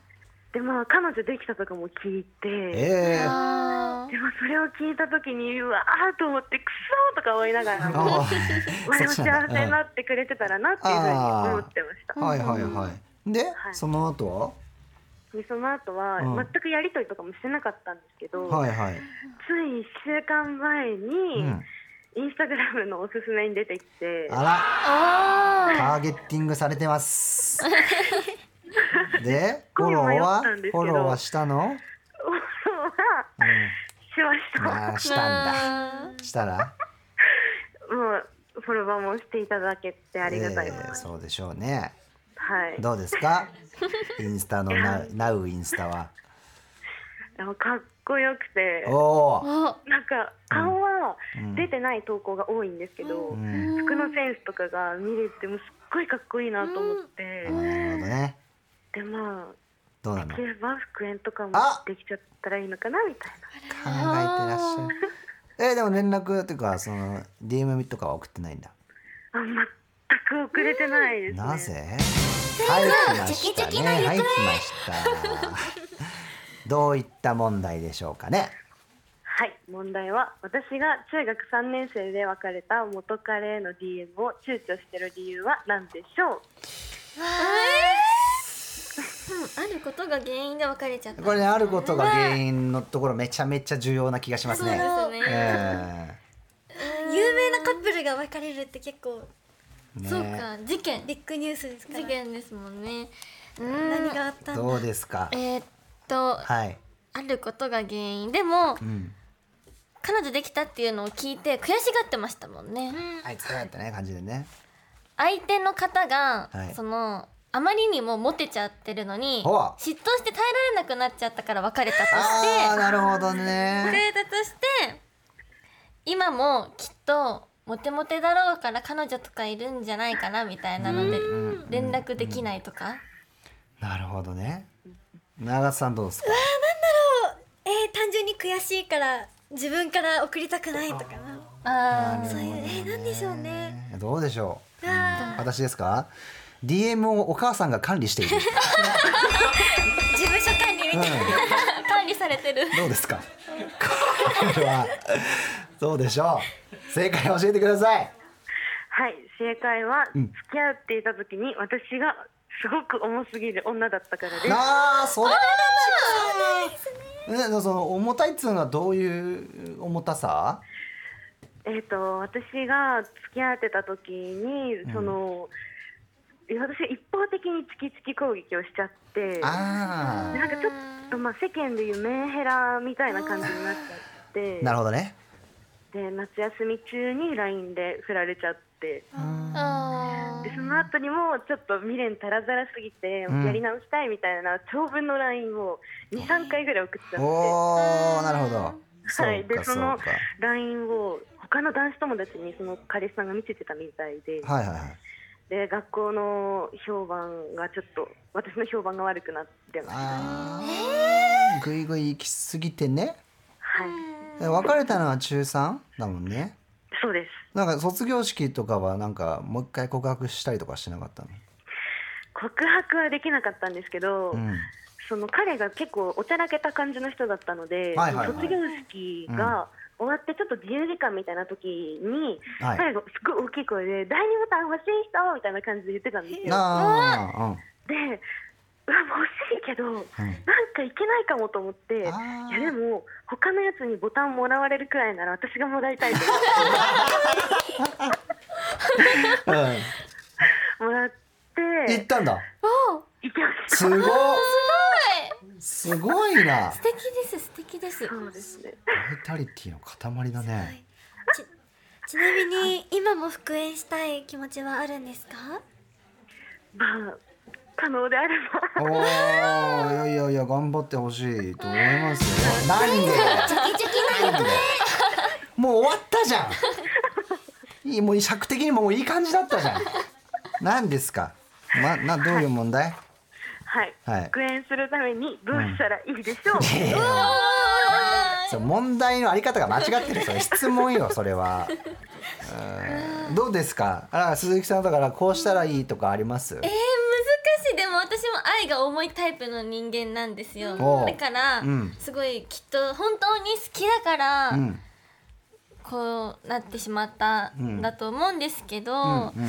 でまあ彼女できたとかも聞いて、 えー、 でもそれを聞いた時にうわーと思ってクソーとか思いながらも前も幸せになってくれてたらなっていうふうに思ってました。 はいはいはい。で、はい、その後はでその後は全くやり取りとかもしてなかったんですけど、 はいはい、 ついいっしゅうかんまえに、うん、インスタグラムのおすすめに出てきて、 あらターゲッティングされてますでフォローはフォローはしたの？フォローは、 うん、しました。 あしたんだ。したらもうフォロワーもしていただけてありがたいです、えー、 そうでしょうね。 はい。 どうですかインスタのなナウインスタは。 かっこよくて、 おなんか顔は出てない投稿が多いんですけど、うん、服のセンスとかが見れてもすっごいかっこいいなと思って、 うん、なるほどね。 でまあどうなの？ できれば復縁とかもできちゃったらいいのかなみたいな。考えてらっしゃる。えー、でも連絡っていうかその ディーエム とかは送ってないんだ。 あ、全く送れてないですね。 なぜ？はい来ましたね。はい来ました。どういった問題でしょうかね。 はい、問題は私が中学さんねん生で別れた元彼への ディーエム を躊躇している理由は何でしょう？ あることが原因で別れちゃった。 これ、ね、あることが原因のところめちゃめちゃ重要な気がしますね。 そうですね、 えー、有名なカップルが別れるって結構、 ね、そうか事件ビッグニュースですから。 事件ですもんね。 うん何があったんだ。 どうですか。 えー、っと、はい、あることが原因でも、うん、彼女できたっていうのを聞いて悔しがってましたもんね。 うん、あいつだってね感じでね。 相手の方が、はい、そのあまりにもモテちゃってるのに嫉妬して耐えられなくなっちゃったから別れたとして、 あーなるほどね。 別れたとして今もきっとモテモテだろうから彼女とかいるんじゃないかなみたいなので連絡できないとか。 なるほどね。長瀬さんどうですか。 うわーなんだろう、えー、単純に悔しいから自分から送りたくないとかな。あーそういう、えー、なんでしょうね。 どうでしょう。うん、私ですか。ディーエム をお母さんが管理している事務所管理みたいな、うん、 管理されてる。 どうですかこれはどうでしょう。正解を教えてください。 はい、正解は、うん、付き合っていた時に私がすごく重すぎる女だったからです。 あーそっちなんですね。その重たいっつうのはどういう重たさ？ えーと私が付き合ってた時にその、うん、私一方的にチキチキ攻撃をしちゃって、あなんかちょっとまあ世間でいうメンヘラみたいな感じになっちゃって。 なるほどね。 で夏休み中に ライン で振られちゃって、あでその後にもちょっと未練たらざらすぎて、うん、やり直したいみたいな長文の ライン を にさんかいぐらい送っちゃって。 おーなるほど。 はい、でその ライン を他の男子友達にその彼氏さんが見せてたみたいで、はいはいはい、で学校の評判がちょっと私の評判が悪くなってました。あーぐいぐい行き過ぎてね。 はい。 別れたのは中さんだもんね。 そうです。 なんか卒業式とかはなんかもう一回告白したりとかしなかったの？ 告白はできなかったんですけど、うん、その彼が結構おちゃらけた感じの人だったので、はいはいはい、卒業式が終わってちょっと自由時間みたいな時に、はい、彼がすっごい大きい声で第二ボタン欲しい人みたいな感じで言ってたんですよ。あでうわ欲しいけど、うん、なんかいけないかもと思って、いやでも他のやつにボタンもらわれるくらいなら私がもらいたいと思って、うん、もらって行ったんだ。 行きました。 すごいすごいな。 素敵です素敵です。 そうですね。 バイタリティの塊だね。 ち, ちなみに今も復縁したい気持ちはあるんですか？ まあ可能であれば。 おーいやいやいや頑張ってほしいと思いますよ。なんでチョキチョキな行方もう終わったじゃん。いいもう尺的にもういい感じだったじゃん。何ですか、ま、などういう問題？ はい、はい、復縁するためにどうしたらいいでしょう？うん、 そう問題のあり方が間違ってる。それ質問よそれは。うんどうですか？あら鈴木さんだからこうしたらいいとかあります？ えー、難しい。でも私愛が重いタイプの人間なんですよ、 うんだから、うん、すごいきっと本当に好きだから、うん、こうなってしまったんだと思うんですけど、うんうんうんうん、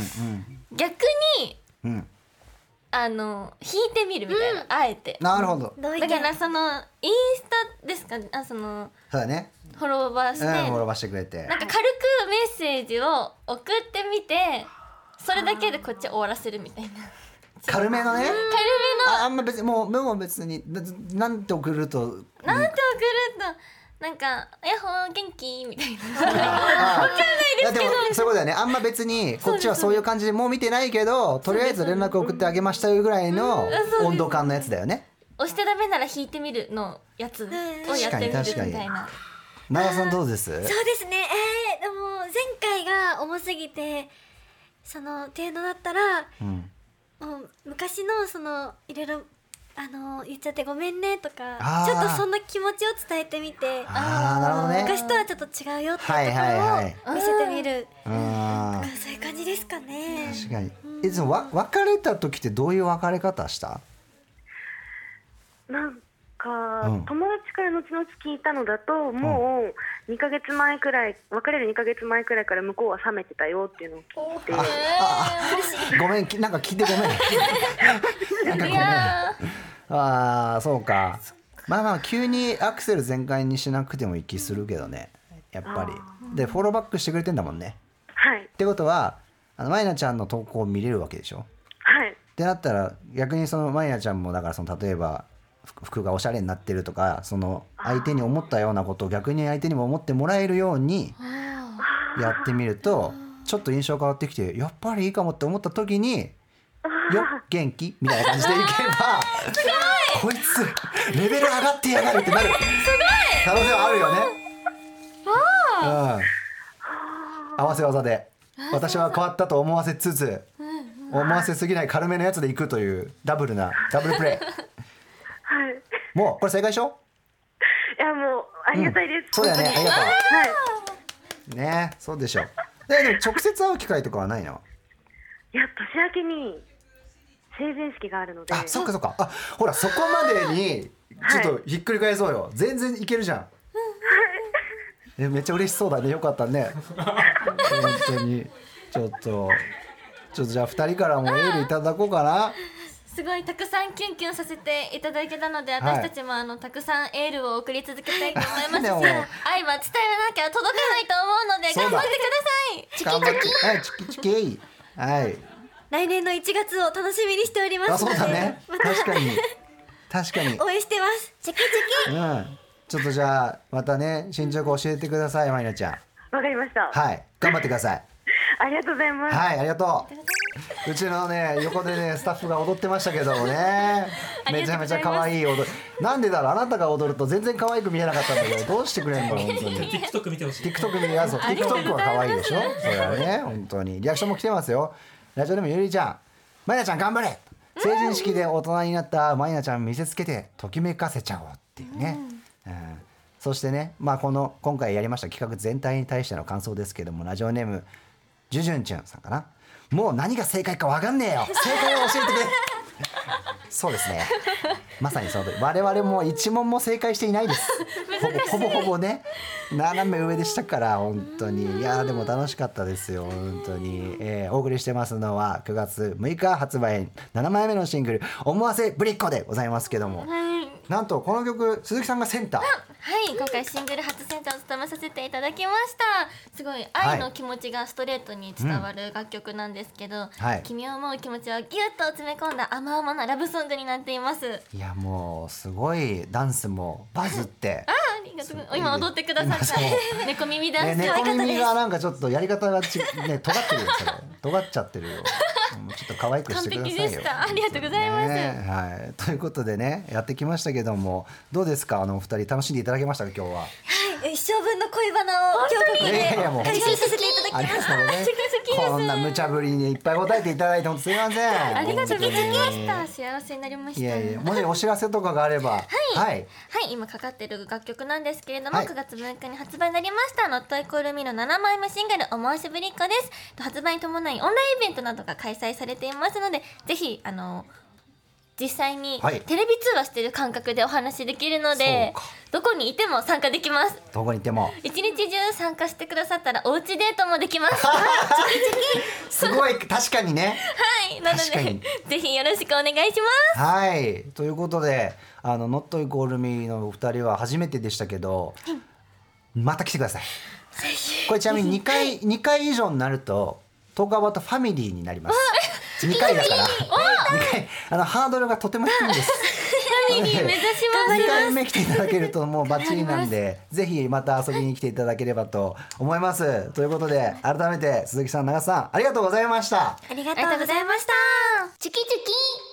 逆に、うん、あの弾いてみるみたいな、うん、あえてなるほど。 だからそのインスタですかあそのそうだねフォロバーして、うん、 フォロバーしてくれてなんか軽くメッセージを送ってみてそれだけでこっち終わらせるみたいな軽めのね軽めのあ, あんま別にもうもう別になんて送るとなんて送るとなんか「ヤッホー元気?」みたいな分かんないですけどでもそういうことだよね。あんま別にこっちはそういう感じでもう見てないけどとりあえず連絡送ってあげましたよぐらいの温度感のやつだよね。 押してダメなら弾いてみるのやつをやってみるみたいな。 なやさんどうです？ そうですね、えー、でも前回が重すぎてその程度だったら、うん、もう昔のそのいろいろあの言っちゃってごめんねとかちょっとそんな気持ちを伝えてみてあなるほど、ね、 昔とはちょっと違うよっていうところを見せてみる、はいはいはい、そういう感じですかね。 確かに、うん、いつもわ別れた時ってどういう別れ方した？ なんか、うん、友達から後々聞いたのだともうにかげつまえくらい別れるにかげつまえくらいから向こうは冷めてたよっていうのを聞いて、ああごめんなんか聞いてごめんなんかごめんああそうかまあまあ急にアクセル全開にしなくてもいい気するけどねやっぱりでフォローバックしてくれてんだもんね。 はいってことはあのマイナちゃんの投稿を見れるわけでしょ。 はいってなったら逆にそのマイナちゃんもだからその例えば服がおしゃれになってるとかその相手に思ったようなことを逆に相手にも思ってもらえるようにやってみるとちょっと印象変わってきてやっぱりいいかもって思った時によ元気みたいな感じでいけばこいつレベル上がってやがるってなる可能性はあるよね。うん、合わせ技で私は変わったと思わせつつ思わせすぎない軽めのやつでいくというダブルなダブルプレイはい、 もうこれ正解でしょ？ いやもうありがたいです、 うん、そうだよねありがとう、 はい、 ねそうでしょ。ででも直接会う機会とかはないの？ いや年明けに成人式があるので。 あそっかそっかあほらそこまでにちょっとひっくり返そうよ、はい、全然いけるじゃん、はい、えめっちゃ嬉しそうだねよかったね本当にちょっとちょっとじゃあふたりからもエールいただこうかな。 すごいたくさんキュンキュンさせていただけたので私たちもあのたくさんエールを送り続けたいと思いますし愛は伝えなきゃ届かないと思うので頑張ってください。 頑張ってはいチキチキはい来年のいちがつを楽しみにしておりますので。 あそうだね確かに確かに応援してますチキチキ、 うん、ちょっとじゃあまたね進捗教えてくださいマイナちゃん。 わかりました。 はい頑張ってくださいありがとうございます。 はいありがとう。うちのね横でねスタッフが踊ってましたけどもねめちゃめちゃ可愛い踊りなんでだろうあなたが踊ると全然可愛く見えなかったんだけどどうしてくれんの本当に TikTok 見てほしい TikTok 見てやぞ TikTok は可愛いでしょそれはね本当にリアクションも来てますよ。ラジオでもゆりちゃんマイナちゃん頑張れ成人式で大人になったマイナちゃん見せつけてときめかせちゃおうっていうね、うんうん、そしてねまあこの今回やりました企画全体に対しての感想ですけどもラジオネームジュジュンチュンさんかな。もう何が正解か分かんねえよ正解を教えてくれそうですねまさにその通り我々も一問も正解していないですほぼほぼほぼね斜め上でしたから本当にいやでも楽しかったですよ本当に、えー、お送りしてますのはくがつむいか発売ななまいめのシングル思わせぶりっ子でございますけども、はい、なんとこの曲鈴木さんがセンターはい今回シングル初センターを務めさせていただきました。すごい愛の気持ちがストレートに伝わる楽曲なんですけど、はい、君を思う気持ちをギュッと詰め込んだ甘々なラブソングになっています。いやもうすごいダンスもバズってあありがとうございます。今踊ってくださった猫耳ダンス、 ね、猫耳がなんかちょっとやり方がち、ね、尖ってるよそれ尖っちゃってるよもうちょっと可愛くしてくださいよ。 完璧でした。ありがとうございます、 ねはい、ということでねやってきましたけどもどうですかあのお二人楽しんでいただけましたか今日は。 はい、一生分の恋バナを今日ここで配信させていただきました。 ね、こんな無茶ぶりにいっぱい答えていただいて本当すみません。 ありがとうございました。幸せになりました。 いやいやもしお知らせとかがあればはい、 はい、はい、今かかってる楽曲なんですけれども、はい、くがつむいかに発売になりましたノットイコールミのななまいめシングル思わせぶりっ子です。発売に伴いオンラインイベントなどが開催されていますのでぜひあの実際にはいテレビ通話してる感覚でお話できるので、 そうかどこにいても参加できます。 どこにいても一日中参加してくださったらおうちデートもできますすごい確かにねはいなの確かにでぜひよろしくお願いします。 はいということであの Not Equal Me のお二人は初めてでしたけど、また来てください。これちなみににかいにかい以上になるとトークアバウトファミリーになります。にかいだからにかいあのハードルがとても低いんですファミリー目指しますにかいめ来ていただけるともうバッチリなんでぜひまた遊びに来ていただければと思います。ということで改めて鈴木さん長瀬さんありがとうございました。 ありがとうございました。 チキチキ